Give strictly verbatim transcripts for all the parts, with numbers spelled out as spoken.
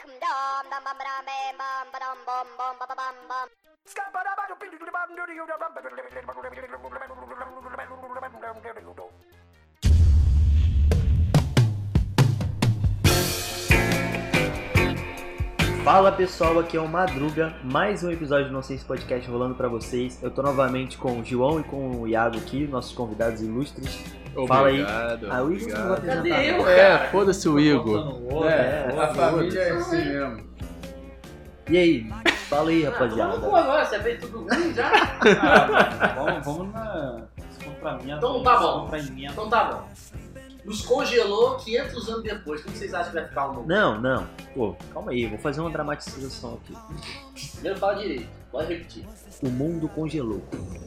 Fala pessoal, aqui é o Madruga, mais um episódio do Nonsense Podcast rolando pra vocês. Eu tô novamente com o João e com o Iago aqui, nossos convidados ilustres. Obrigado, Fala aí. Ah, o Igor não vai apresentar. Cadê eu, É, cara? foda-se o Igor. É, É, a família é assim mesmo. E aí, fala aí, Ah, rapaziada. vamos agora, você fez tudo ruim já? Ah, vamos, vamos na descontramento. Então tá bom. Descontramento. Então tá bom. Nos congelou quinhentos anos depois. Como vocês acham que vai ficar o mundo? Não, não. Pô, calma aí, vou fazer uma dramatização aqui. Primeiro fala direito, pode repetir. O mundo congelou.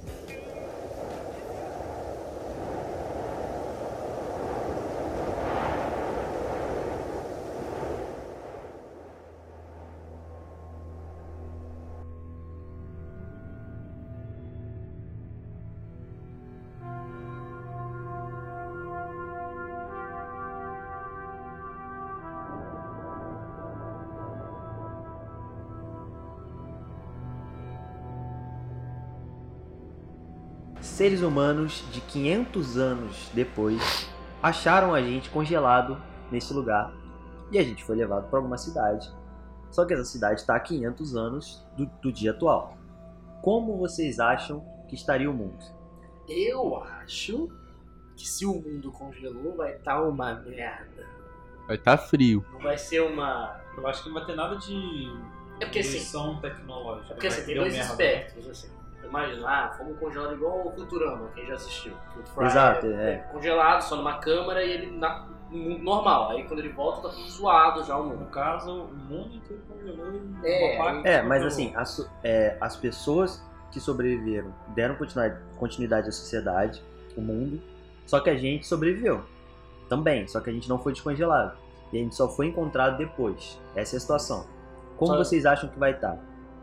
Seres humanos de quinhentos anos depois acharam a gente congelado nesse lugar e a gente foi levado para alguma cidade. Só que essa cidade está a quinhentos anos do, do dia atual. Como vocês acham que estaria o mundo? Eu acho que se o mundo congelou, vai estar uma merda. Vai tá frio. Não vai ser uma... Eu acho que não vai ter nada de É porque assim, evolução tecnológica. é porque assim, Vai tem ter dois merda. espectros, assim. Imagina, ah, fomos congelados igual o Futurama, quem já assistiu. Que o Fry Exato, é, é. é congelado, só numa câmara e ele na, no mundo normal. Aí quando ele volta, tá tudo suado já o No mundo. caso, o mundo inteiro congelou e É, uma parte É, mas congelou. assim, as, é, as pessoas que sobreviveram deram continuidade, continuidade à sociedade, o mundo, só que a gente sobreviveu também, só que a gente não foi descongelado. E a gente só foi encontrado depois. Essa é a situação. Como Só- vocês acham que vai estar?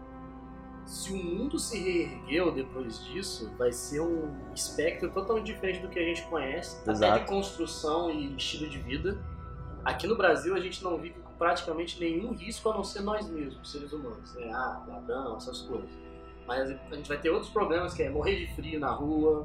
Se o mundo se reergueu depois disso, vai ser um espectro totalmente diferente do que a gente conhece, até Exato. de construção e estilo de vida. Aqui no Brasil a gente não vive com praticamente nenhum risco a não ser nós mesmos, seres humanos, né? Ah, ladrão, essas coisas. Mas a gente vai ter outros problemas, que é morrer de frio na rua,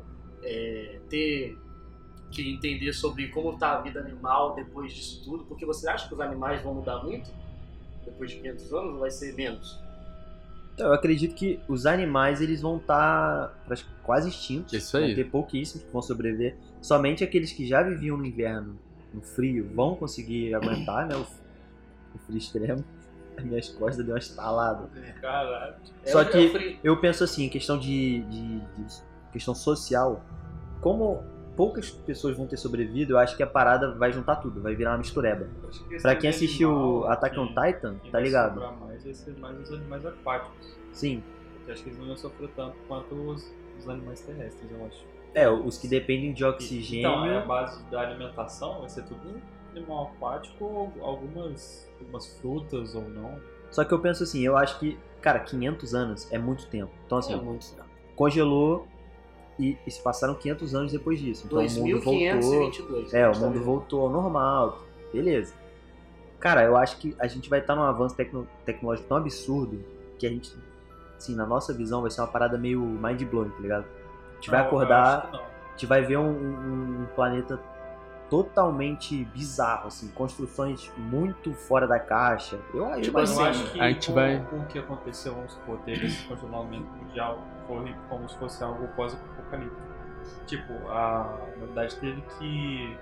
é, ter que entender sobre como está a vida animal depois disso tudo, porque você acha que os animais vão mudar muito depois de quinhentos anos ou vai ser menos? Então, eu acredito que os animais eles vão estar quase extintos. Isso aí. Vão ter pouquíssimos que vão sobreviver. Somente aqueles que já viviam no inverno, no frio, vão conseguir aguentar, né? O, o frio extremo. As minhas costas deu uma estalada. Caralho. É Só o- é o que frio. eu penso assim, em questão de, de- de questão social, como poucas pessoas vão ter sobrevivido, eu acho que a parada vai juntar tudo, vai virar uma mistureba. Acho que esse Pra quem animal assistiu Attack que- on Titan, quem tá vai ligado? sobrar mais vai ser mais os animais aquáticos. Sim. Porque acho que eles não iam sofrer tanto quanto os, os animais terrestres, eu acho. É, os que dependem de oxigênio. Então, é a base da alimentação vai ser tudo animal aquático, ou algumas, algumas frutas ou não. Só que eu penso assim, eu acho que, cara, quinhentos anos é muito tempo. Então assim, É muito. congelou e, e se passaram quinhentos anos depois disso. Então o dois mil mundo quinhentos e voltou. vinte e dois. É, o mundo voltou ao normal. Beleza. Cara, eu acho que a gente vai estar num avanço tecno- tecnológico tão absurdo que a gente, assim, na nossa visão vai ser uma parada meio mind blowing, tá ligado? A gente vai Não, eu acordar, acho que não. a gente vai ver um, um- um planeta totalmente bizarro, assim, construções muito fora da caixa. Eu, eu Tipo Mas eu assim, acho que a gente com, vai- com o que aconteceu, vamos supor, teve esse congelamento mundial, foi como se fosse algo pós-apocalíptico. Tipo, a humanidade teve que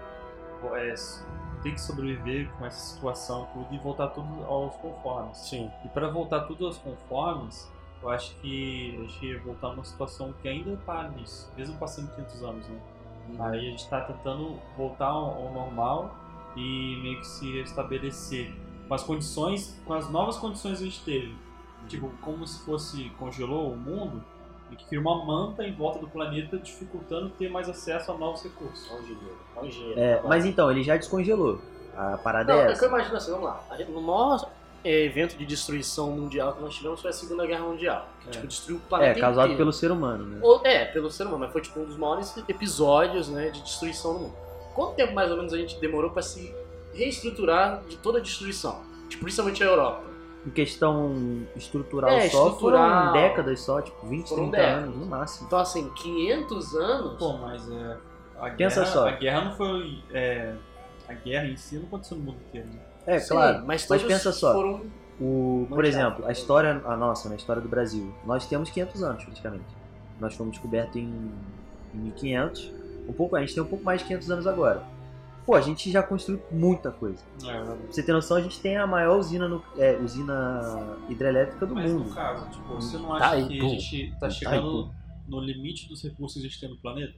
é, ter que sobreviver com essa situação tudo e voltar tudo aos conformes. Sim. E para voltar tudo aos conformes, eu acho que a gente ia voltar numa situação que ainda tá nisso, mesmo passando quinhentos anos, né? Aí a gente tá tentando voltar ao, ao normal e meio que se restabelecer com as condições, com as novas condições que a gente teve. Tipo, como se fosse congelou o mundo e que criou uma manta em volta do planeta, dificultando ter mais acesso a novos recursos. Olha o engenheiro, olha o engenheiro. É, Agora. mas então, ele já descongelou. A parada Não, é é que essa. eu imagino assim, vamos lá. A gente- No maior é, evento de destruição mundial que nós tivemos foi a Segunda Guerra Mundial. Que É. tipo, destruiu o É, planeta causado inteiro. pelo ser humano, né? Ou, é, pelo ser humano, mas foi tipo um dos maiores episódios, né, de destruição no mundo. Quanto tempo mais ou menos a gente demorou pra se reestruturar de toda a destruição? tipo, principalmente a Europa. Em questão estrutural É, só, estrutural. foram décadas só, tipo, vinte, Foram trinta décadas. anos no máximo. Então, assim, quinhentos anos... Pô, mas é, a, Pensa guerra, só. a guerra não foi. É, a guerra em si não aconteceu no mundo inteiro. Né? É, sim, claro, mas, mas todos pensa só. foram... O, por Manchado. exemplo, a história, a nossa, né, a história do Brasil, nós temos quinhentos anos praticamente. Nós fomos descobertos em, em mil e quinhentos, um pouco, a gente tem um pouco mais de quinhentos anos agora. Pô, a gente já construiu muita coisa. É, Pra você ter noção, a gente tem a maior usina, no, é, usina hidrelétrica do mas mundo. no caso, tipo, você não Tá acha aí, que pô. a gente tá Tá aí, chegando no limite dos recursos que a gente tem no planeta?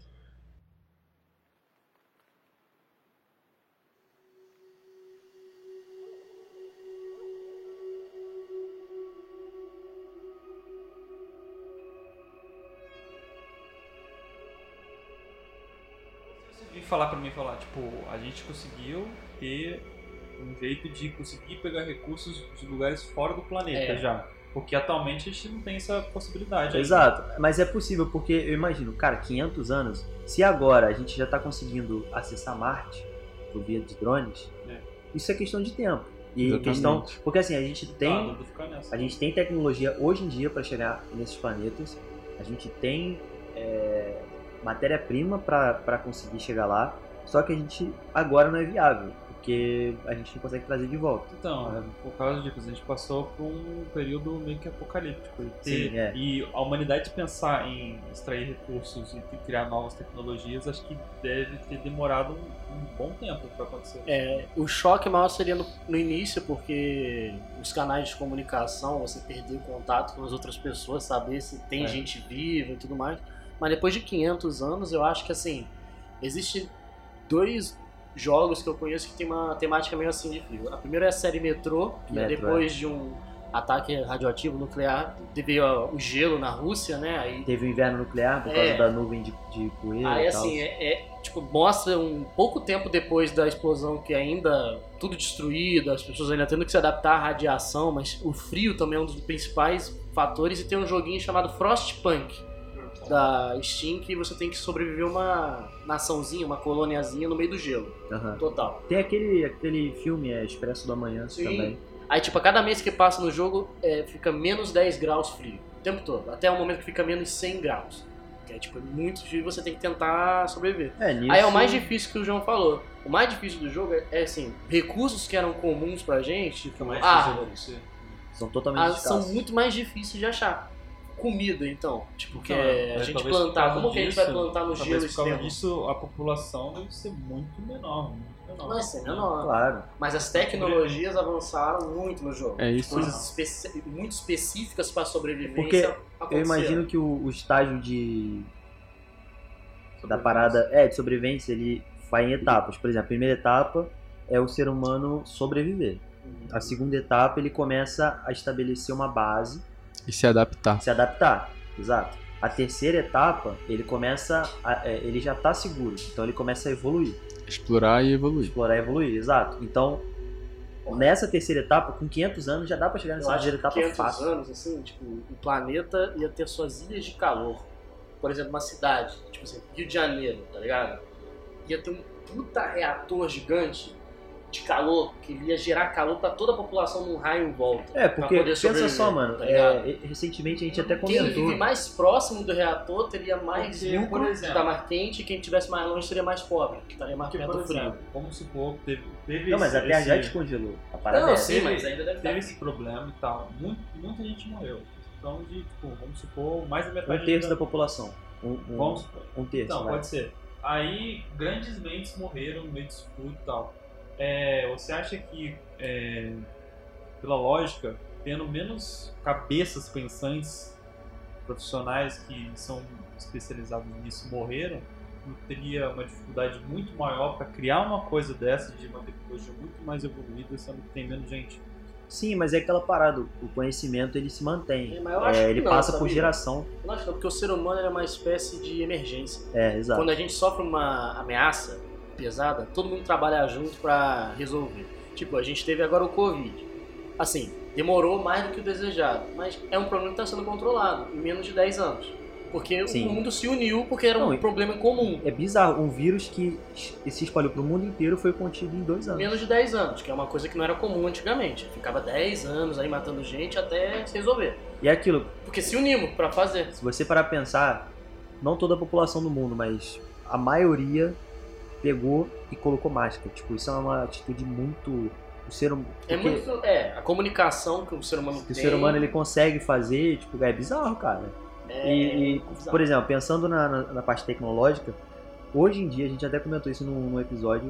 Você vir falar pra mim, falar, tipo, a gente conseguiu ter um jeito de conseguir pegar recursos de lugares fora do planeta É. já. Porque atualmente a gente não tem essa possibilidade. ainda. Exato, mas é possível porque eu imagino, cara, quinhentos anos, se agora a gente já tá conseguindo acessar Marte por via de drones, É. isso é questão de tempo. E Exatamente. questão, porque assim, a gente Tá, tem, não vou ficar nessa. a gente tem tecnologia hoje em dia para chegar nesses planetas, a gente tem é, matéria-prima para conseguir chegar lá, só que a gente agora não é viável, porque a gente não consegue trazer de volta. Então, é, por causa disso, a gente passou por um período meio que apocalíptico. E, ter- Sim, é. e a humanidade pensar em extrair recursos e criar novas tecnologias, acho que deve ter demorado um, um bom tempo para acontecer. É, o choque maior seria no, no início, porque os canais de comunicação, você perder o contato com as outras pessoas, saber se tem É. gente viva e tudo mais. Mas depois de quinhentos anos, eu acho que assim, existe dois jogos que eu conheço que tem uma temática meio assim de frio. A primeira é a série Metro, que é Metro, depois de um ataque radioativo nuclear, teve ó, o gelo na Rússia, né? Aí Teve o inverno nuclear por É. causa da nuvem de, de poeira Aí e tal. assim, é, é, tipo, mostra um pouco tempo depois da explosão que ainda tudo destruído, as pessoas ainda tendo que se adaptar à radiação, mas o frio também é um dos principais fatores, e tem um joguinho chamado Frostpunk da Steam que você tem que sobreviver uma naçãozinha, uma coloniazinha no meio do gelo, Aham. total. Tem aquele, aquele filme, é, Expresso do Amanhã Sim. também. Aí tipo, a cada mês que passa no jogo é, fica menos dez graus frio, o tempo todo, até o momento que fica menos cem graus. Que é tipo, muito frio e você tem que tentar sobreviver. É, nisso... Aí é o mais difícil que o João falou. O mais difícil do jogo é, é assim, recursos que eram comuns pra gente, Fica como mais difícil de árvores, acontecer. São totalmente ah, escassos. são muito mais difíceis de achar. Comida, então. Tipo, que Então, é a é, gente talvez por plantar. causa Como que a gente vai disso- plantar no Talvez gelo por causa extremo? disso a população deve ser muito menor. Muito menor. Não é assim, menor. Claro. Mas as tecnologias avançaram muito no jogo. É isso. Coisas especi- muito específicas para sobrevivência. Porque Eu aconteceram. imagino que o, o estágio de da parada é de sobrevivência, ele vai em etapas. Por exemplo, a primeira etapa é o ser humano sobreviver. A segunda etapa ele começa a estabelecer uma base, E se adaptar. se adaptar. Exato. A terceira etapa ele começa, a, é, ele já está seguro, então ele começa a evoluir, Explorar e evoluir. explorar e evoluir. Exato. Então nessa terceira etapa, com quinhentos anos já dá para chegar Eu nessa acho terceira que etapa quinhentos fácil. anos, assim, tipo, o planeta ia ter suas ilhas de calor. Por exemplo, uma cidade, tipo assim, Rio de Janeiro, tá ligado? Ia ter um puta reator gigante de calor, que ia gerar calor pra toda a população num raio em volta. É, pra porque poder pensa sobreviver, só, mano, tá ligado? é, recentemente a gente até Quem comentou. vive mais próximo do reator teria mais Porque, lucro, por exemplo- tá mais quente, e quem estivesse mais longe seria mais pobre, que estaria mais Porque, perto por do frio. exemplo, vamos supor que teve, teve Não, mas esse, a Terra já esse- descongelou. A parada Não, é sim, essa. mas ainda deve teve estar. esse problema e tal. Muito, muita gente morreu. Então, de, tipo, vamos supor, mais da metade Um terço da... da população. Um, um, Vamos supor. um terço, Então, vai. pode ser. Aí, grandes mentes morreram no meio disso tudo e tal. É, você acha que, é, pela lógica, tendo menos cabeças pensantes, profissionais que são especializados nisso, morreram, não teria uma dificuldade muito maior para criar uma coisa dessa, de uma tecnologia muito mais evoluída, sendo que tem menos gente? Sim, mas é aquela parada. O conhecimento ele se mantém. É, mas eu acho É, que ele não, passa por sabia? geração. Eu acho que não, porque o ser humano ele é uma espécie de emergência. É, exato. Quando a gente sofre uma ameaça pesada, todo mundo trabalha junto pra resolver. Tipo, a gente teve agora o Covid. Assim, demorou mais do que o desejado, mas é um problema que está sendo controlado em menos de dez anos. Porque Sim. o mundo se uniu porque era um Não, e- problema em comum. É bizarro, um vírus que se espalhou pro mundo inteiro foi contido em dois anos. Menos de dez anos, que é uma coisa que não era comum antigamente. Ficava dez anos aí matando gente até se resolver. E é aquilo, Porque se unimos pra fazer. se você parar pra pensar, não toda a população do mundo, mas a maioria pegou e colocou máscara. Tipo, isso é uma atitude muito... O ser humano... É muito. É, a comunicação que o ser humano que o tem. ser humano ele consegue fazer, tipo, é bizarro, cara. É, E, e, bizarro. por exemplo, pensando na, na, na parte tecnológica, hoje em dia, a gente até comentou isso num, num episódio,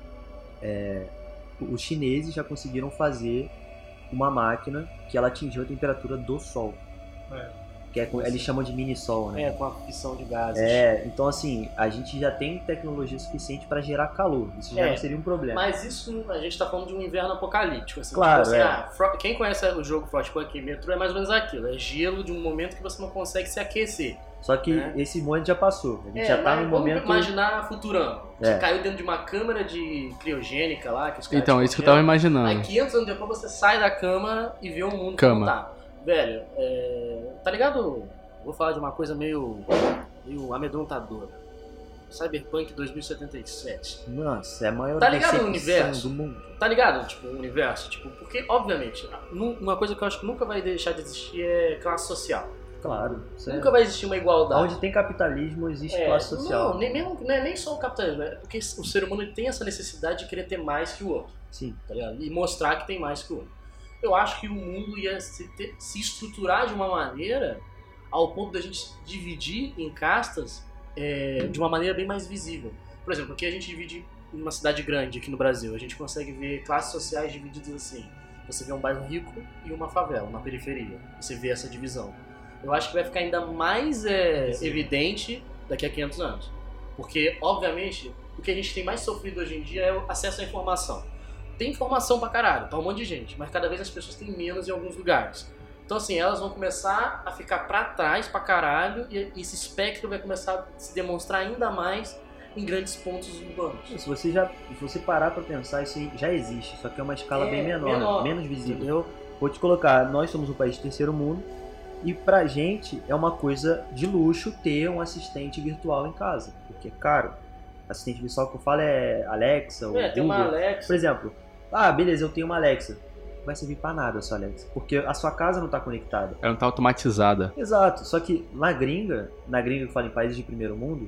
é, os chineses já conseguiram fazer uma máquina que ela atingiu a temperatura do Sol. É. Que é, com- eles chamam de mini-sol, né? É, com a fissão de gases. É, então assim, a gente já tem tecnologia suficiente para gerar calor. Isso já É, não seria um problema. Mas isso, a gente tá falando de um inverno apocalíptico. Assim, Claro, tipo assim, é. ah, Fro- quem conhece o jogo Frostpunk Metro é mais ou menos aquilo. É gelo de um momento que você não consegue se aquecer. Só que É. esse momento já passou. A gente É, já tá mas no vamos momento. imaginar Futurama. Você É. caiu dentro de uma câmara de criogênica lá, que os caras Então, te isso que eu tava congelam. imaginando. Aí quinhentos anos depois você sai da cama e vê o mundo Cama. como tá. Velho, é... tá ligado? Vou falar de uma coisa meio, meio amedrontadora. Cyberpunk dois mil e setenta e sete. Nossa, é a maior Tá ligado no decepção universo? do mundo. Tá ligado? Tipo, o universo. Tipo, porque, obviamente, nu- uma coisa que eu acho que nunca vai deixar de existir é classe social. Claro. isso é- Nunca vai existir uma igualdade. Onde tem capitalismo existe É, classe social. Não, nem, mesmo, não é nem só o capitalismo. É porque o ser humano ele tem essa necessidade de querer ter mais que o outro. Sim. Tá ligado? E mostrar que tem mais que o outro. Eu acho que o mundo ia se, ter- se estruturar de uma maneira ao ponto da gente dividir em castas é, de uma maneira bem mais visível. Por exemplo, aqui a gente divide em uma cidade grande aqui no Brasil. A gente consegue ver classes sociais divididas assim. Você vê um bairro rico e uma favela, uma periferia. Você vê essa divisão. Eu acho que vai ficar ainda mais é, evidente daqui a quinhentos anos. Porque, obviamente, o que a gente tem mais sofrido hoje em dia é o acesso à informação. Tem informação pra caralho, tá um monte de gente, mas cada vez as pessoas têm menos em alguns lugares. Então, assim, elas vão começar a ficar pra trás pra caralho e esse espectro vai começar a se demonstrar ainda mais em grandes pontos urbanos. Se você já, se você parar pra pensar, isso aí já existe, só que é uma escala É, bem menor, menor, menos visível. Entendeu? Vou te colocar, nós somos um país de terceiro mundo e pra gente é uma coisa de luxo ter um assistente virtual em casa, porque é caro. Assistente virtual que eu falo é Alexa ou É, tem uma Google. Alexa. Por exemplo, ah, beleza, eu tenho uma Alexa. Não vai servir pra nada a sua Alexa, porque a sua casa não tá conectada. Ela não tá automatizada. Exato, só que na gringa, na gringa que fala em países de primeiro mundo,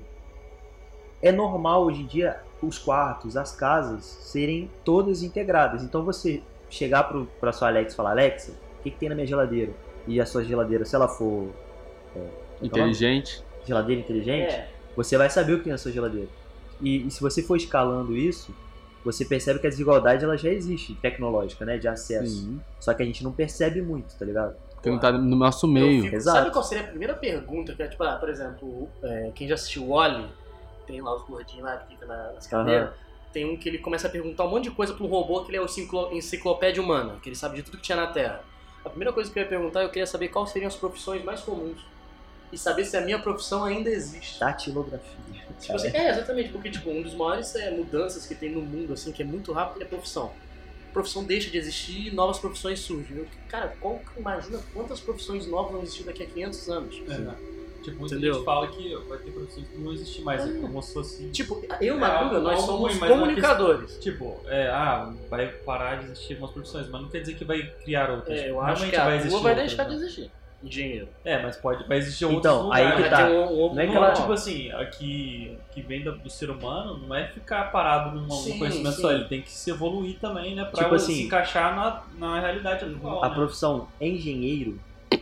é normal hoje em dia os quartos, as casas serem todas integradas. Então você chegar pro, pra sua Alexa e falar, Alexa, o que, que tem na minha geladeira? E a sua geladeira, se ela for é, Inteligente. geladeira inteligente, É, você vai saber o que tem na sua geladeira. E, e se você for escalando isso, você percebe que a desigualdade ela já existe, tecnológica, né, de acesso. Sim. Só que a gente não percebe muito, tá ligado? Porque não tá no nosso eu meio. fico- Exato. sabe qual seria a primeira pergunta? Que é, tipo, ah, por exemplo, é, quem já assistiu o Wall-E, tem lá os gordinhos lá que fica na- nas cadeiras. Tem um que ele começa a perguntar um monte de coisa para um robô que ele é o enciclo- enciclopédia humana, que ele sabe de tudo que tinha na Terra. A primeira coisa que eu ia perguntar, eu queria saber quais seriam as profissões mais comuns. E saber se a minha profissão ainda existe. Datilografia. Tipo assim, é, exatamente, porque tipo, um dos maiores é, mudanças que tem no mundo, assim, que é muito rápido, é a profissão. A profissão deixa de existir e novas profissões surgem. Eu, cara, qual, imagina quantas profissões novas vão existir daqui a quinhentos anos. É, né? Tipo, muita Entendeu? gente fala que vai ter profissões que não vão existir mais, é como se fosse... Tipo, eu e É, Madruga, nós algo somos ruim, mas não é comunicadores. Tipo, é, ah, vai parar de existir algumas profissões, mas não quer dizer que vai criar outras. É, eu Tipo, acho realmente que a vai rua existir vai outras, deixar né? de existir. Engenheiro. É, mas pode, vai existir Então, outros aí lugares. que Vai tá. ter um, um, Não é um- que ela- Tipo assim, aqui que vem da- do ser humano não é ficar parado num, num Sim, conhecimento sim. só, ele tem que se evoluir também, né? Pra Tipo se assim, encaixar na, na realidade atual. A né? profissão engenheiro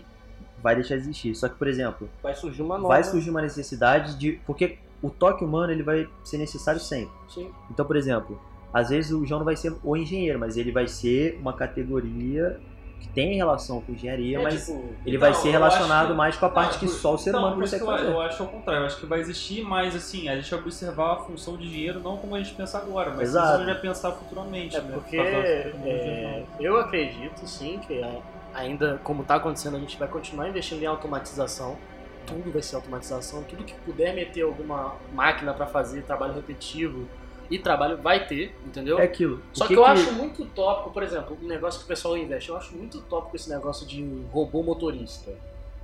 vai deixar de existir. Só que, por exemplo, vai surgir uma nova. vai surgir uma necessidade de... Porque o toque humano ele vai ser necessário sempre. Sim. Então, por exemplo, às vezes o João não vai ser o engenheiro, mas ele vai ser uma categoria que tem relação com engenharia, É, mas tipo, ele Então, vai ser eu relacionado acho que- mais com a parte Não, que por- só o ser então, humano por isso consegue que eu, fazer. eu acho ao contrário, eu acho que vai existir mais assim, a gente observar a função de engenheiro não como a gente pensa agora, mas Exato. como já pensar futuramente. É né? porque Por causa das tecnologias é, novas. eu acredito sim que a- ainda, como está acontecendo, a gente vai continuar investindo em automatização. Tudo vai ser automatização. Tudo que puder meter alguma máquina para fazer trabalho repetitivo e trabalho vai ter, entendeu? É aquilo. Só O que, eu acho muito utópico, por exemplo, um negócio que o pessoal investe. Eu acho muito utópico esse negócio de robô motorista.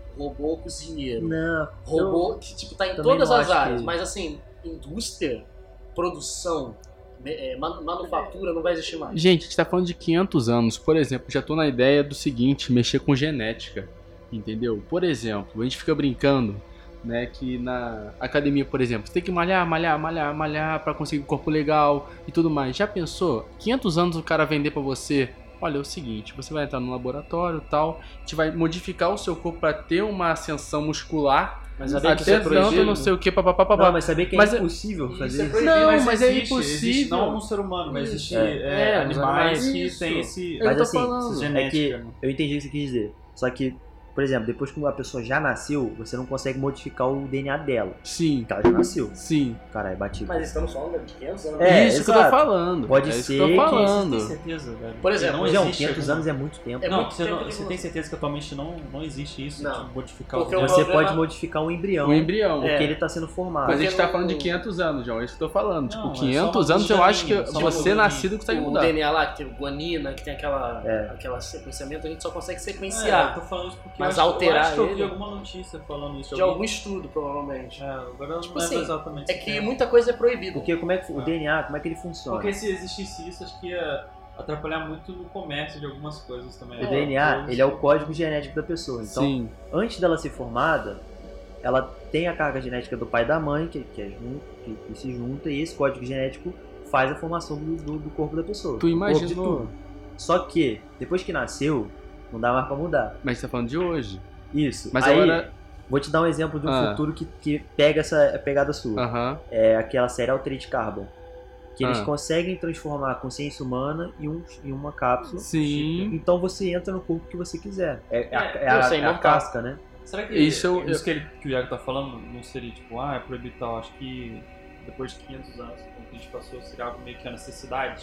robô cozinheiro, Não, robô que tipo, tá em também todas não as acho áreas, que- mas assim, indústria, produção, é, manu- manufatura não vai existir mais. Gente, a gente tá falando de quinhentos anos. Por exemplo, já tô na ideia do seguinte, mexer com genética, entendeu? Por exemplo, a gente fica brincando, né, que na academia, por exemplo, você tem que malhar, malhar, malhar, malhar pra conseguir um corpo legal e tudo mais. Já pensou? quinhentos anos o cara vender pra você, olha, é o seguinte, você vai entrar no laboratório e tal, a gente vai modificar o seu corpo pra ter uma ascensão muscular, Mas sabia que isso até é proibido? tanto não sei o que, papapá, Não, papapá. mas sabia que é Mas é- impossível Isso fazer é isso? proibido, Não, mas é existe, impossível. existe, não um ser humano, mas existe É. é, É, os animais que animais. têm esse, Eu Mas tô assim, falando. essa É genética. que né? eu entendi o que você quis dizer. Só que, por exemplo, depois que a pessoa já nasceu, você não consegue modificar o D N A dela. Sim, Porque ela já nasceu. sim. Caralho, batido. Mas estamos falando de quinhentos anos. É, isso que eu tô exato. falando. Pode é isso ser que eu tô que falando. Você tem certeza, velho? Por exemplo, não João, existe quinhentos algum- anos é muito tempo. É Não, muito você, tempo não, de você tem evolução. certeza que atualmente não, não existe isso? Não. De modificar Porque o o Você problema- pode modificar um embrião. O embrião. Porque É. ele tá sendo formado. Mas a gente Porque tá no- falando de quinhentos anos, João. É isso que eu tô falando. Não, tipo, é só uma quinhentos anos eu acho que mudadinha, só uma você mudadinha. nascido consegue O mudar. D N A lá, que tem o guanina, que tem aquela, É. aquela sequenciamento, a gente só consegue É, eu sequenciar. tô falando isso porque Mas eu acho, alterar eu acho que eu vi ele- alguma notícia falando isso. De algum estudo, provavelmente. É, agora eu Tipo não lembro assim, exatamente. É se que tem. muita coisa é proibida. Porque como é que o Ah. D N A, como é que ele funciona? Porque se existisse isso, acho que ia atrapalhar muito no comércio de algumas coisas também. O É, D N A, coisas- ele é o código genético da pessoa. Então, Sim. antes dela ser formada, ela tem a carga genética do pai e da mãe, que, que, é jun- que- que se junta, e esse código genético faz a formação do, do- do corpo da pessoa. Tu do corpo de imaginou? tudo. Só que, depois que nasceu, não dá mais pra mudar. Mas você tá falando de hoje. Isso. Mas Aí, agora. vou te dar um exemplo de um Ah. futuro que, que pega essa pegada sua. Aham. É aquela série Altered Carbon. Que eles Ah. conseguem transformar a consciência humana em, um, em uma cápsula. Sim. Então você entra no corpo que você quiser. É, é a, É, é a- eu sei, é a não casca, né? Será que Isso eu- isso que, ele, que o Iago tá falando não seria tipo, ah, é proibido tal? Acho que depois de quinhentos anos, quando a gente passou, seria algo meio que a necessidade.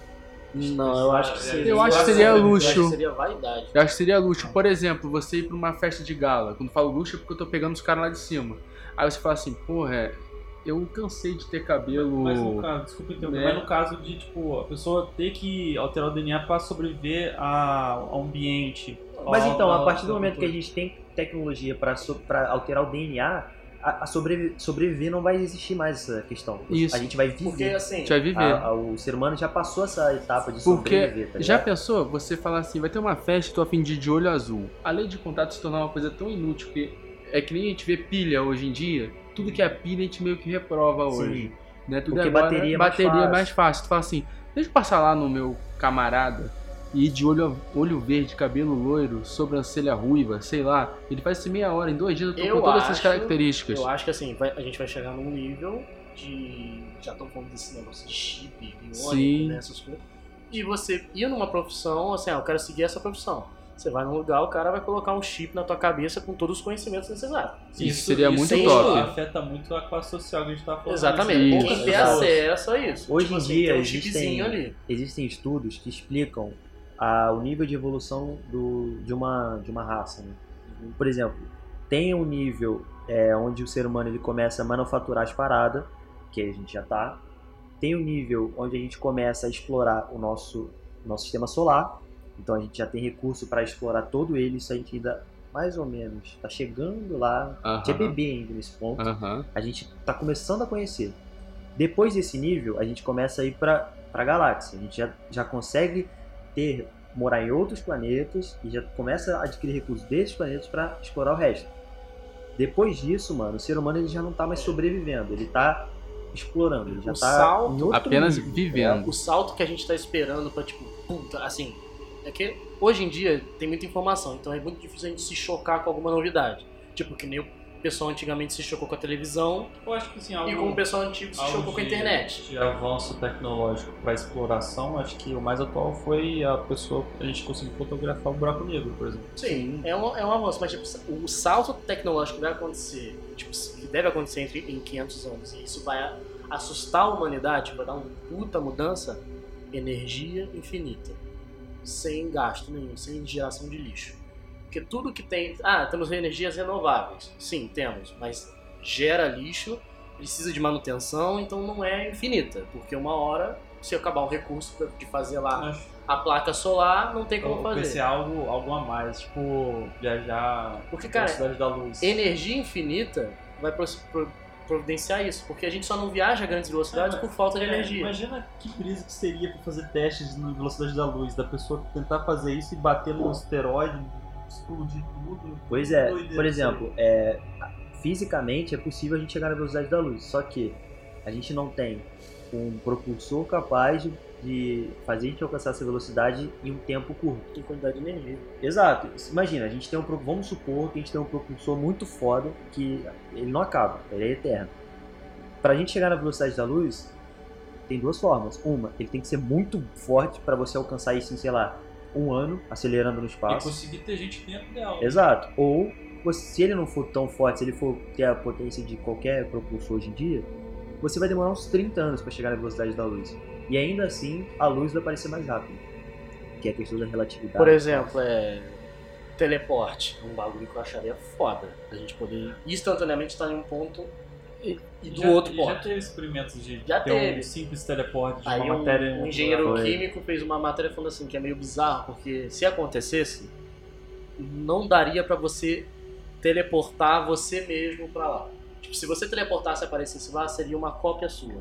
Não, eu acho que seria. Eu acho que seria eu acho luxo. que seria vaidade. Eu acho que seria luxo. Por exemplo, você ir pra uma festa de gala. Quando eu falo luxo é porque eu tô pegando os caras lá de cima. Aí você fala assim, porra, eu cansei de ter cabelo. Mas no caso, desculpa interromper, né? mas no caso de tipo, a pessoa ter que alterar o D N A para sobreviver a- ao ambiente. Mas ao- então, a ao- partir do ao- momento que a gente tem tecnologia para alterar o D N A, a, a sobrevi- sobreviver não vai existir mais essa questão. Isso. A gente vai Porque viver. A assim, gente vai viver. A- a- o ser humano já passou essa etapa de sobreviver, Porque, tá já ligado? pensou, você falar assim, vai ter uma festa, tô a fim de ir de olho azul. A lei de contato se tornar uma coisa tão inútil, que é que nem a gente vê pilha hoje em dia, tudo que é pilha a gente meio que reprova hoje. Né? Tudo Porque agora, bateria é mais bateria fácil. é mais fácil. Tu fala assim, deixa eu passar lá no meu camarada e ir de olho, olho verde, cabelo loiro, sobrancelha ruiva, sei lá. Ele faz isso em meia hora, em dois dias eu tô Eu com todas essas acho- características. eu acho que assim, vai- a gente vai chegar num nível de. Já estão falando desse negócio de chip, biônico, Sim. né, essas coisas. De você ir numa profissão, assim, ah, eu quero seguir essa profissão. Você vai num lugar, o cara vai colocar um chip na tua cabeça com todos os conhecimentos necessários. Isso seria muito sem top. afeta muito a classe social que a gente tá falando. Exatamente. Isso. Quem tem Exato. acesso a isso. Hoje Tipo em assim, dia tem um existem- chipzinho ali. Existem estudos que explicam a- o nível de evolução do, de, uma, de uma raça. Né? Por exemplo, tem um nível é, onde o ser humano ele começa a manufaturar as paradas, que a gente já tá. Tem um nível onde a gente começa a explorar o nosso, nosso sistema solar. Então a gente já tem recurso para explorar todo ele. Isso a gente ainda, mais ou menos, está chegando lá. A gente é Aham. bebê ainda nesse ponto. Aham. A gente está começando a conhecer. Depois desse nível, a gente começa a ir para a galáxia. A gente já, já consegue ter morar em outros planetas e já começa a adquirir recursos desses planetas para explorar o resto. Depois disso, mano, o ser humano ele já não tá mais sobrevivendo, ele tá explorando, ele já O tá salto- em outro Apenas nível, vivendo. O salto que a gente tá esperando pra, tipo, puta, assim. É que hoje em dia tem muita informação, então é muito difícil a gente se chocar com alguma novidade. Tipo, que nem o pessoal antigamente se chocou com a televisão Eu acho que assim, algo, e como o pessoal antigo se algo chocou com a de- internet. De avanço tecnológico para exploração, acho que o mais atual foi a pessoa, a gente conseguiu fotografar o buraco negro, por exemplo. Sim, é um, é um avanço, mas tipo, o salto tecnológico que vai acontecer, tipo, que deve acontecer entre, em quinhentos anos, e isso vai assustar a humanidade, vai dar uma puta mudança, energia infinita. Sem gasto nenhum, sem geração de lixo. Porque tudo que tem... Ah, temos energias renováveis. Sim, temos, mas gera lixo, precisa de manutenção, então não é infinita, porque uma hora se acabar o recurso pra- de fazer lá Acho a placa solar, não tem como eu fazer. pensei algo, algo a mais, tipo, viajar Porque, na cara, velocidade da luz. Energia infinita vai pro- pro- providenciar isso, porque a gente só não viaja a grandes velocidades É, por falta de É, energia. Imagina que brisa que seria pra fazer testes na velocidade da luz, da pessoa tentar fazer isso e bater no asteroide, explodir tudo. Pois é, Doideira por isso aí. exemplo, é, fisicamente é possível a gente chegar na velocidade da luz, só que a gente não tem um propulsor capaz de, de fazer a gente alcançar essa velocidade em um tempo curto. Tem quantidade de energia. Exato. Imagina, a gente tem um pro- vamos supor que a gente tem um propulsor muito foda que ele não acaba, ele é eterno. Pra gente chegar na velocidade da luz, tem duas formas. Uma, ele tem que ser muito forte pra você alcançar isso em, sei lá, um ano, acelerando no E espaço. conseguir ter gente dentro dela. Exato. Ou, você- se ele não for tão forte, se ele for ter a potência de qualquer propulsor hoje em dia, você vai demorar uns trinta anos pra chegar na velocidade da luz. E ainda assim, a luz vai parecer mais rápida. Que é a questão da relatividade. Por exemplo, é. Teleporte. Um bagulho que eu acharia foda. A gente poder instantaneamente estar em um ponto e, e do já, outro e ponto. Já teve experimentos de Já ter teve. um simples teleporte de Aí uma um, matéria. um engenheiro Foi. químico fez uma matéria falando assim, que é meio bizarro, porque se acontecesse, não daria pra você teleportar você mesmo pra lá. Tipo, se você teleportasse e aparecesse lá, seria uma cópia sua.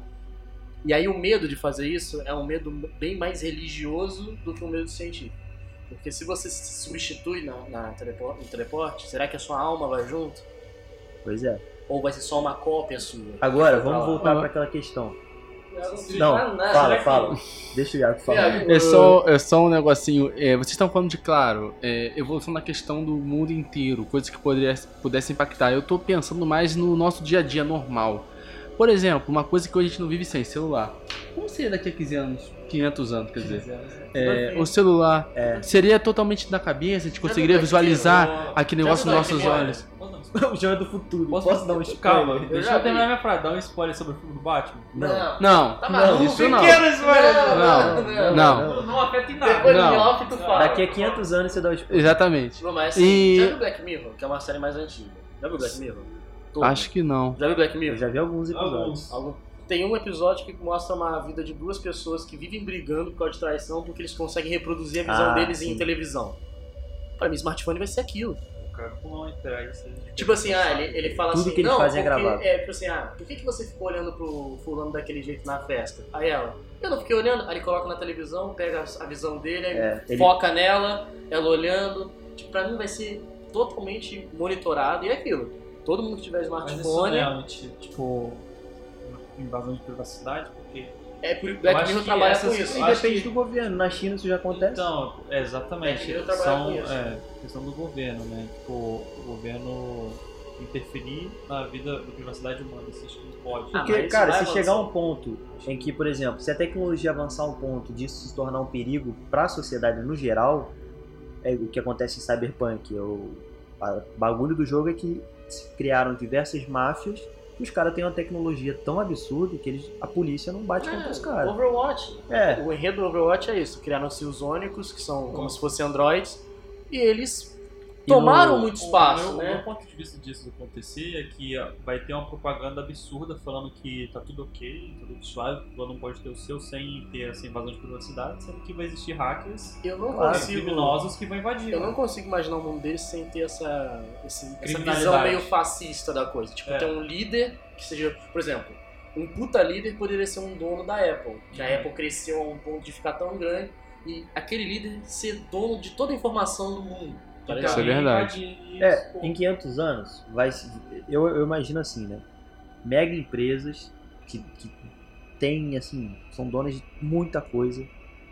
E aí o medo de fazer isso é um medo bem mais religioso do que um medo científico. Porque se você se substitui na, na teleporte, no teleporte, será que a sua alma vai junto? Pois é. Ou vai ser só uma cópia sua? Agora, Que foi pra vamos lá? voltar Ah. pra aquela questão. Eu Não, falo nada. fala, Será que- fala. Deixa o Iago falar. Iago, É só, é só um negocinho. É, vocês estão falando de, claro, é, evolução na questão do mundo inteiro, coisas que poderia, pudessem impactar. Eu tô pensando mais no nosso dia a dia normal. Por exemplo, uma coisa que hoje a gente não vive sem celular. Como seria daqui a quinze anos? quinhentos anos, quer dizer. É, o celular É. seria totalmente na cabeça, a gente Já viu conseguiria Black visualizar Mirror? aquele Já negócio viu nos Black nossos Mirror? olhos. O João é do futuro. Posso, Posso dar um spoiler? Calma, Eu deixa já eu terminar vi. minha frase. Dar um spoiler sobre o filme do Batman. Não. Não, Tá Não, maluco? isso não. Pequeno spoiler. Não, não. não. Não afeta em nada. Depois Não. em off tu fala. Daqui a quinhentos anos você dá o spoiler. Exatamente. Não, mas assim, E- já viu Black Mirror? Que é uma série mais antiga. Já viu Black Mirror? Todo. Acho que não. Já viu Black Eu Mirror? já vi alguns episódios. Alguns. Algum- Tem um episódio que mostra uma vida de duas pessoas que vivem brigando por causa de traição porque eles conseguem reproduzir a visão Ah, deles sim. em televisão. Pra mim, smartphone vai ser aquilo. O cara não entrega isso aí. Tipo assim, ah, ele, ele fala Tudo assim, que ele não, faz é porque- gravado. É, tipo assim, ah, por que, que você ficou olhando pro fulano daquele jeito na festa? Aí ela, eu não fiquei olhando. Aí ele coloca na televisão, pega a visão dele, aí É, ele- foca nela, ela olhando. Tipo, pra mim vai ser totalmente monitorado e é aquilo. Todo mundo que tiver Mas isso não smartphone, é anti, tipo, invasão de privacidade, porque... é por Eu Black acho Mirror que trabalha essas- com isso. E acho depende que- do governo. Na China isso já acontece. Então, é, exatamente. É, eu trabalho São, com isso. é, questão do governo, né? Tipo, o governo interferir na vida da privacidade humana, se isso não pode. Ah, Porque, mas isso cara, vai se chegar a um avançar. ponto em que, por exemplo, se a tecnologia avançar a um ponto disso se tornar um perigo para a sociedade no geral, é o que acontece em Cyberpunk. O a- bagulho do jogo é que se criaram diversas máfias e os caras têm uma tecnologia tão absurda que eles, a polícia não bate contra os É, caras. Overwatch. É, O enredo do Overwatch é isso. Criaram-se os Ônicos, que são como se fossem androids, e eles E no- tomaram muito O espaço, meu, né? o meu ponto de vista disso acontecer é que ó, vai ter uma propaganda absurda falando que tá tudo ok, tá tudo suave, o não pode ter o seu sem ter essa invasão de privacidade, sendo que vai existir hackers Eu não Claro. consigo. criminosos que vão invadir. Eu não consigo imaginar um mundo deles sem ter essa, esse- essa Criminalidade. visão meio fascista da coisa. Tipo, É. ter um líder que seja, por exemplo, um puta líder poderia ser um dono da Apple. Que a Uhum. Apple cresceu a um ponto de ficar tão grande e aquele líder ser dono de toda a informação do mundo. Tá Então, ligado? Isso é verdade. invadir É, isso, em quinhentos anos, vai se- eu, eu imagino assim, né? Mega empresas que, que têm, assim, são donas de muita coisa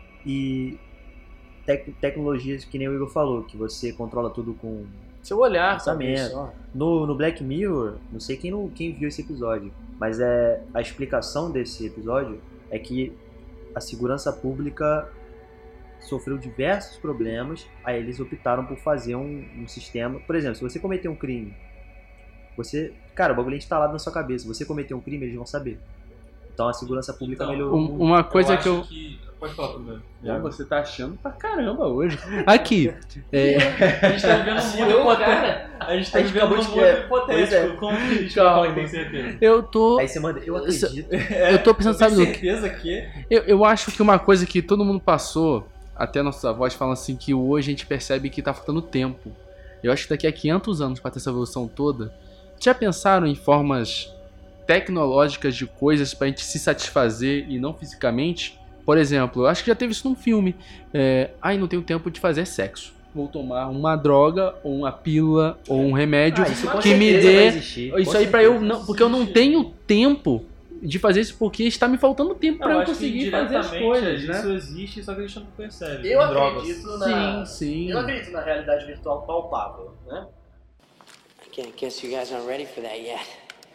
e tec- tecnologias que nem o Igor falou, que você controla tudo com... Seu olhar, Pensamento. talvez, ó. No, no Black Mirror, não sei quem, não, quem viu esse episódio, mas é a explicação desse episódio é que a segurança pública sofreu diversos problemas, aí eles optaram por fazer um, um sistema. Por exemplo, se você cometer um crime, você. Cara, o bagulho é instalado na sua cabeça. Você cometer um crime, eles vão saber. Então a segurança pública Então, melhorou. Um- muito. uma coisa eu que eu. acho que... Pode falar primeiro. Pô, você tá achando pra caramba hoje. Aqui. É, A gente tá vivendo um mundo Eu, hipotético. cara, A gente tá A gente vivendo acabou um de mundo ver. hipotético. Pois é. Como que a gente Calma. vai ter certeza? Eu tô. Aí você manda, eu acredito. Eu tô pensando, sabe do tenho que? certeza que... Eu, eu acho que uma coisa que todo mundo passou, até nossos avós falam assim, que hoje a gente percebe que tá faltando tempo. Eu acho que daqui a quinhentos anos, pra ter essa evolução toda, já pensaram em formas tecnológicas de coisas pra gente se satisfazer e não fisicamente? Por exemplo, eu acho que já teve isso num filme. É, Ai, não tenho tempo de fazer sexo. Vou tomar uma droga, ou uma pílula, ou um remédio Ah, isso com que me certeza vai dê existir, isso com aí pra eu certeza. não, porque eu não tenho tempo de fazer isso porque está me faltando tempo pra eu acho que conseguir fazer as indiretamente coisas, isso né? existe, só que a gente não percebe. Eu com drogas. acredito na. Sim, sim. Eu acredito na realidade virtual palpável, né? I can't guess you guys aren't ready for that yet.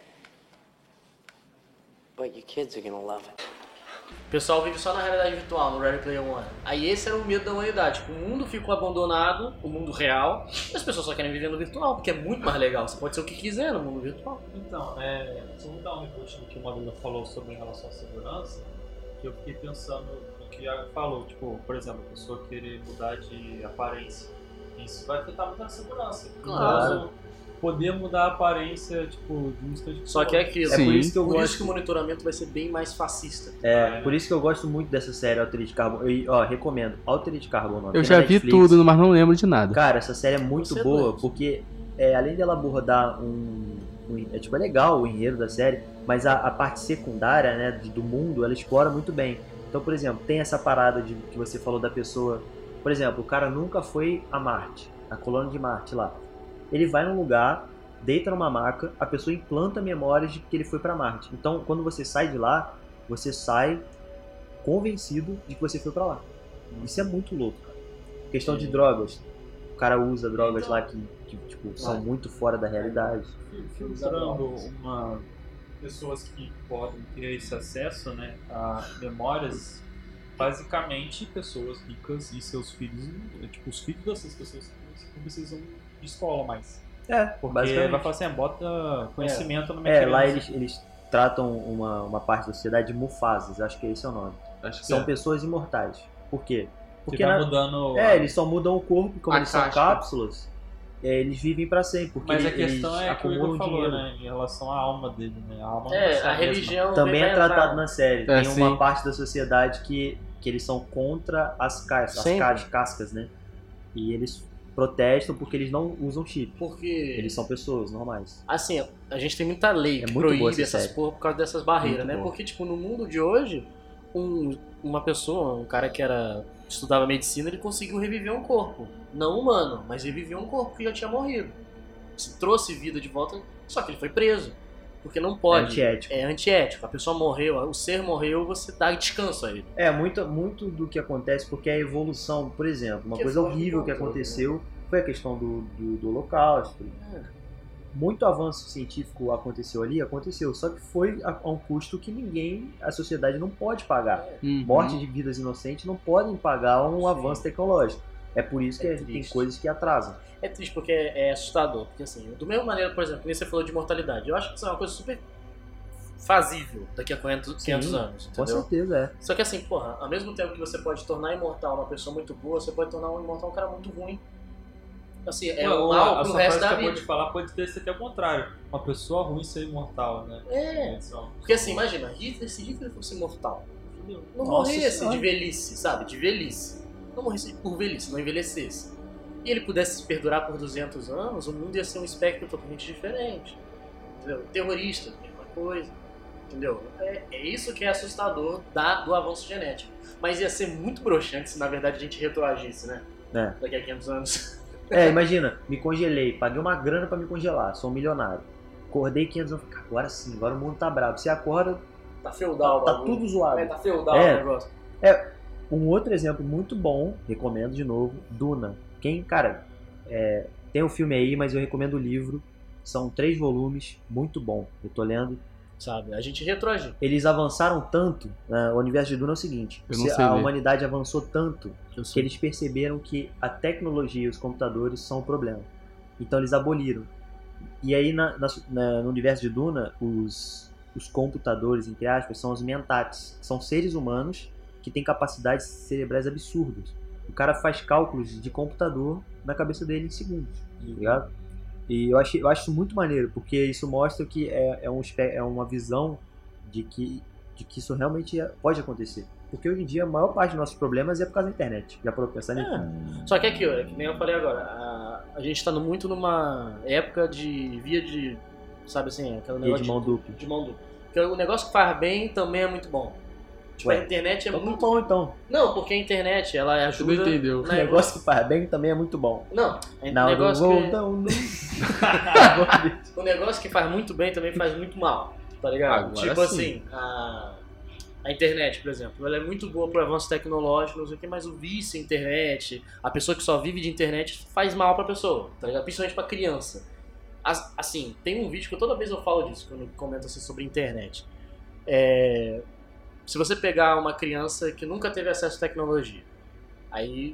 But your kids are gonna love it. O pessoal vive só na realidade virtual, no Ready Player One. Aí esse era o medo da humanidade. Tipo, o mundo ficou abandonado, o mundo real, e as pessoas só querem viver no virtual, porque é muito mais legal. Você pode ser o que quiser no mundo virtual. Então, é, se eu vou dar um input no que o Maduro falou sobre em relação à segurança, que eu fiquei pensando no que o Iago falou, tipo, por exemplo, a pessoa querer mudar de aparência. Isso vai afetar muito a segurança. Claro. Então, poder mudar a aparência, tipo, de um instante. Só que é aquilo. É por Sim. isso que eu Por gosto. isso que o monitoramento vai ser bem mais fascista. É, por isso que eu gosto muito dessa série Altered Carbon. Eu, ó, recomendo. Altered Carbon. Eu tem já na vi Netflix. tudo, mas não lembro de nada. Cara, essa série é muito Você é boa, doido. porque é, além dela abordar um, um- É tipo, é legal o enredo da série, mas a, a parte secundária, né, de- do mundo, ela explora muito bem. Então, por exemplo, tem essa parada de que você falou da pessoa. Por exemplo, o cara nunca foi a Marte, a colônia de Marte lá. Ele vai num lugar, deita numa maca, a pessoa implanta memórias de que ele foi pra Marte. Então, quando você sai de lá, você sai convencido de que você foi pra lá. Isso é muito louco, cara. Questão de drogas. O cara usa drogas lá que, que, tipo, são Ah. muito fora da realidade. Filtrando uma pessoas que podem ter esse acesso, né, a memórias, basicamente pessoas ricas e seus filhos, tipo, os filhos dessas pessoas não precisam de escola mais. É, Porque basicamente. vai falar assim, ah, bota conhecimento na minha É, criança. lá eles, eles tratam uma, uma parte da sociedade de Mufasas, acho que esse é o nome. Acho que São é. pessoas imortais. Por quê? Que Porque vai na- mudando... É, eles só mudam o corpo, e como A eles são casca. cápsulas, é, eles vivem pra sempre, porque Mas a eles, questão eles é que o Igor acumulam falou, dinheiro. né, em relação à alma dele, né? A alma não vai É, ser a mesma. religião Também vai é tratado entrar. na série. É, Tem sim. uma parte da sociedade que, que eles são contra as, cas as Sempre. cas cascas, né? E eles protestam porque eles não usam chip. Porque, Eles são pessoas normais. assim, a gente tem muita lei É que muito boa proíbe essa essas série. porra por causa dessas barreiras, Muito né? boa. Porque, tipo, no mundo de hoje, um- uma pessoa, um cara que era estudava medicina, ele conseguiu reviver um corpo. Não humano, mas reviveu um corpo que já tinha morrido. Se trouxe vida de volta, só que ele foi preso. Porque não pode. É antiético. É antiético. A pessoa morreu, o ser morreu, você dá descanso a ele. É, muito, muito do que acontece porque é a evolução, por exemplo, uma Que coisa foge do horrível que controle, aconteceu foi a questão do, do, do Holocausto. Muito avanço científico aconteceu ali, aconteceu, só que foi a, a um custo que ninguém, a sociedade não pode pagar. Uhum. Morte de vidas inocentes não podem pagar um Sim. avanço tecnológico. É por isso que É a gente tem triste. coisas que atrasam. É triste porque é, é assustador. Porque assim, do mesmo maneira, por exemplo, que nem você falou de mortalidade, eu acho que isso é uma coisa super fazível daqui a quinhentos, quinhentos anos, Com entendeu? certeza, é. Só que assim, porra, ao mesmo tempo que você pode tornar imortal uma pessoa muito boa, você pode tornar um imortal um cara muito ruim. Assim, é Não, um a mal pro sua resto frase da que acabou vida. de falar pode ter sido até o contrário. Uma pessoa ruim ser imortal, né? É, Então, porque assim, imagina, Hitler, se Hitler fosse imortal, não Nossa morresse Senhora. de velhice, sabe? De velhice. Não morresse por velhice, não envelhecesse. E ele pudesse perdurar por duzentos anos, o mundo ia ser um espectro totalmente diferente. Entendeu? Terrorista, mesma coisa. Entendeu? É, é isso que é assustador da, do avanço genético. Mas ia ser muito broxante se na verdade a gente retroagisse, né? É. Daqui a quinhentos anos. É, imagina, me congelei, paguei uma grana pra me congelar, sou um milionário. Acordei quinhentos anos, agora sim, agora o mundo tá bravo. Você acorda, Tá feudal, tá, o tá bagulho. tudo zoado. É, tá feudal É. o negócio. Um outro exemplo muito bom, recomendo de novo, Duna. Quem, cara, é, tem um filme aí, mas eu recomendo o livro. São três volumes, muito bom. Eu tô lendo. Sabe? A gente retroagiu. Eles avançaram tanto, né, o universo de Duna é o seguinte, Eu não se sei a ler. humanidade avançou tanto Eu que sei. eles perceberam que a tecnologia e os computadores são o problema. Então eles aboliram. E aí na- na- na- no universo de Duna, os, os computadores, entre aspas, são os mentats. São seres humanos que têm capacidades cerebrais absurdas. O cara faz cálculos de computador na cabeça dele em segundos, tá ligado? E eu acho, eu acho isso muito maneiro, porque isso mostra que é, é, um, espe- é uma visão de que, de que isso realmente é- pode acontecer. Porque hoje em dia a maior parte dos nossos problemas é por causa da internet. Já parou pra pensar nisso? É. Só que é aquilo, é que nem eu falei agora, a, a gente tá no- muito numa época de via de, sabe assim, aquele Via negócio de mão dupla. de mão dupla. Porque o negócio que faz bem também é muito bom. Tipo, Ué, a internet é Então, muito... bom, então. Não, porque a internet, ela Você ajuda... não entendeu. O na negócio que faz bem também é muito bom. Não, o Não, negócio não, que... não, não. O negócio que faz muito bem também faz muito mal, tá ligado? Agora tipo sim. assim, a, a internet, por exemplo, ela é muito boa pro avanço tecnológico, não sei o que, mas o vício em internet, a pessoa que só vive de internet faz mal pra pessoa, tá ligado? Principalmente pra criança. As- Assim, tem um vídeo que eu, toda vez eu falo disso, quando eu comento assim sobre internet. É, se você pegar uma criança que nunca teve acesso à tecnologia, aí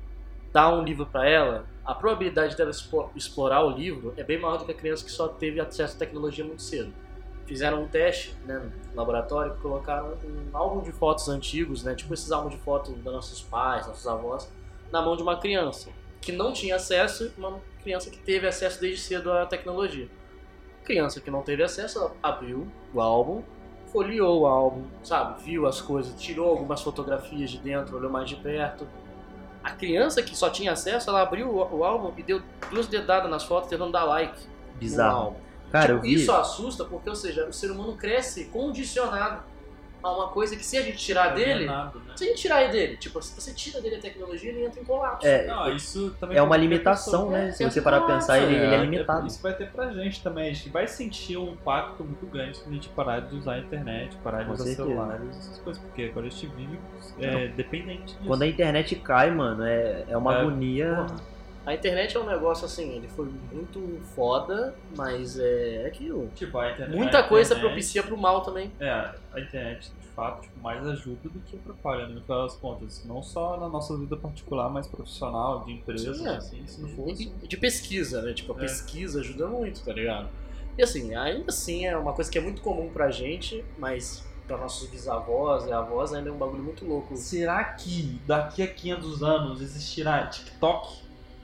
dá um livro pra ela, a probabilidade dela expo- explorar o livro é bem maior do que a criança que só teve acesso à tecnologia muito cedo. Fizeram um teste, né, no laboratório, que colocaram um álbum de fotos antigos, né, tipo esses álbuns de fotos dos nossos pais, nossos avós, na mão de uma criança que não tinha acesso, uma criança que teve acesso desde cedo à tecnologia. Criança que não teve acesso, ela abriu o álbum, folheou o álbum, sabe, viu as coisas, tirou algumas fotografias de dentro, olhou mais de perto. A criança que só tinha acesso, ela abriu o, o álbum e deu duas dedadas nas fotos tentando dar like no Bizarro. álbum. Cara, eu Tipo, vi. isso assusta porque, ou seja, o ser humano cresce condicionado a uma coisa que se a gente tirar dele, Alienado, né? se a gente tirar ele dele, tipo, se você tira dele a tecnologia, ele entra em colapso. É, Não, isso também é uma pra qualquer limitação, pessoa. né? Se é você parar pra pensar, ele, ele é é, limitado. Isso vai ter pra gente também. A gente vai sentir um impacto muito grande se a gente parar de usar a internet, parar de Com usar certeza. celulares, essas coisas. Porque agora a gente vive é, dependente disso. Quando a internet cai, mano, é, é uma É, agonia. Porra. A internet é um negócio assim, ele foi muito foda, mas é aquilo. Tipo, a internet, Muita a coisa internet- propicia pro mal também. É, a internet, de fato, tipo, mais ajuda do que atrapalha, né, no final das contas. Não só na nossa vida particular, mas profissional, de empresas, Sim, é. assim, se não fosse. E de pesquisa, né? Tipo, a É. pesquisa ajuda muito, tá ligado? E assim, ainda assim é uma coisa que é muito comum pra gente, mas pra nossos bisavós e avós ainda é um bagulho muito louco. Será que daqui a quinhentos anos existirá TikTok?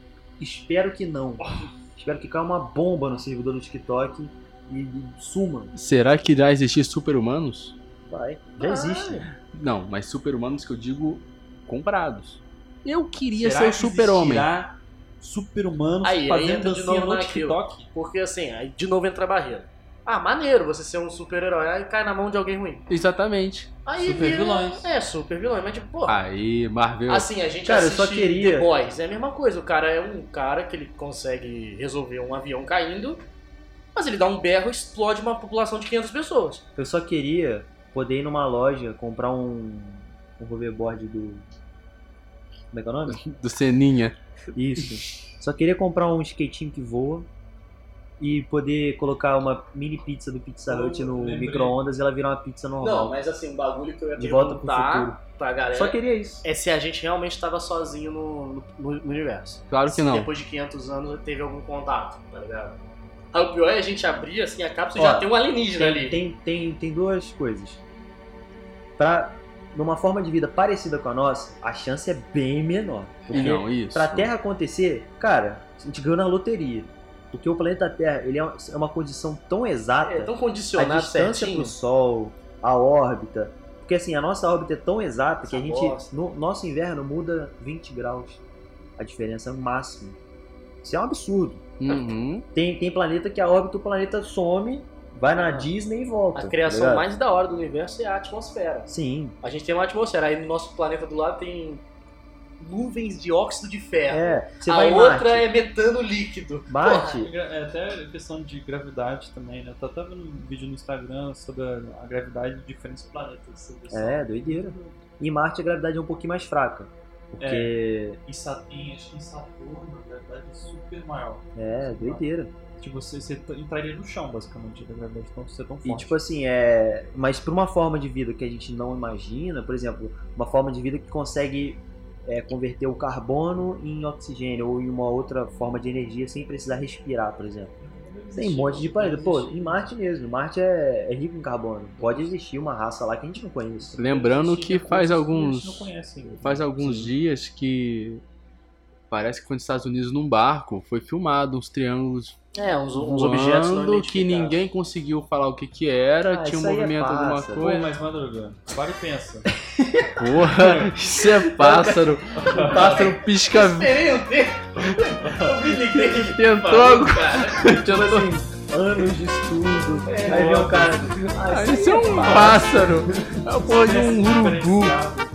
Espero que não. Espero que caia uma bomba no servidor do TikTok e, e suma. Será que irá existir super-humanos? Vai. Já existe. Não, mas super-humanos que eu digo comprados. Eu queria Será ser o que super-homem. existirá super-humanos Aí, aí fazendo entra de dancinha novo no naquilo. TikTok? Porque assim, aí de novo entra a barreira. Ah, maneiro você ser um super-herói, aí cai na mão de alguém ruim. Exatamente. Aí Super vira- vilões. É, super vilões, mas tipo, pô. Aí, Marvel. Assim, a gente Cara, eu assiste só queria- The Boys, é a mesma coisa. O cara é um cara que ele consegue resolver um avião caindo, mas ele dá um berro e explode uma população de quinhentas pessoas. Eu só queria poder ir numa loja, comprar um, um hoverboard do... Como é que é o nome? Do Seninha. Isso. Só queria comprar um skatinho que voa e poder colocar uma mini pizza do Pizza Eu Hut no lembrei. micro-ondas e ela virar uma pizza normal. Não, mas assim, um bagulho que eu ia De volta pro perguntar futuro. pra galera Só queria isso. é se a gente realmente estava sozinho no, no, no universo. Claro que Se não. depois de quinhentos anos teve algum contato, tá ligado? Aí o pior é a gente abrir assim a cápsula e Ó, já tem um alienígena Tem, ali. tem, tem, tem duas coisas. Pra, numa forma de vida parecida com a nossa, a chance é bem menor. Porque Não, isso. pra Terra acontecer, cara, a gente ganhou na loteria. Porque o planeta Terra, ele é uma, é uma condição tão exata. É tão A condicionado distância certinho. pro Sol, a órbita. Porque assim, a nossa órbita é tão exata que a Essa gente. bosta. No nosso inverno muda vinte graus. A diferença é o máximo. Isso é um absurdo. Uhum. Tem, tem planeta que a órbita do planeta some, vai na Ah. Disney e volta. A tá criação ligado? mais da hora do universo é a atmosfera. Sim. A gente tem uma atmosfera, aí no nosso planeta do lado tem nuvens de óxido de ferro. É. Você a vai em outra Marte. é metano líquido. Marte. É até questão de gravidade também, né? Eu tô até vendo um vídeo no Instagram sobre a, a gravidade de diferentes planetas. Sobre isso. É, doideira. Em Marte a gravidade é um pouquinho mais fraca. Porque. Em, Sa- em, acho que em Saturno a gravidade é super maior. É, doideira. Tipo, você, você t- entraria no chão, basicamente, da gravidade tão ser tão E forte. tipo assim, é. Mas pra uma forma de vida que a gente não imagina, por exemplo, uma forma de vida que consegue é, converter o carbono em oxigênio ou em uma outra forma de energia sem precisar respirar, por exemplo. Tem um monte de planeta. Pô, em Marte mesmo. Marte é, é rico em carbono. Pode existir uma raça lá que a gente não conhece. Lembrando Existem que faz recursos que a alguns. gente não conhece ainda. Faz alguns Sim. dias que parece que foi nos Estados Unidos num barco, foi filmado uns triângulos É, uns, uns objetos não voando que identificados. ninguém conseguiu falar o que que era, Ah, tinha um isso aí é movimento, alguma pássaro. Pô, coisa. mas Madruga, para e pensa. Porra, isso é pássaro. O pássaro pisca. Esperei um tempo. Eu me liguei que Tentou falou, agora. cara. Tipo assim, anos de estudo. É, Aí vem o cara. Ah, isso é um pássaro. É a porra de um urubu. Diferenciado.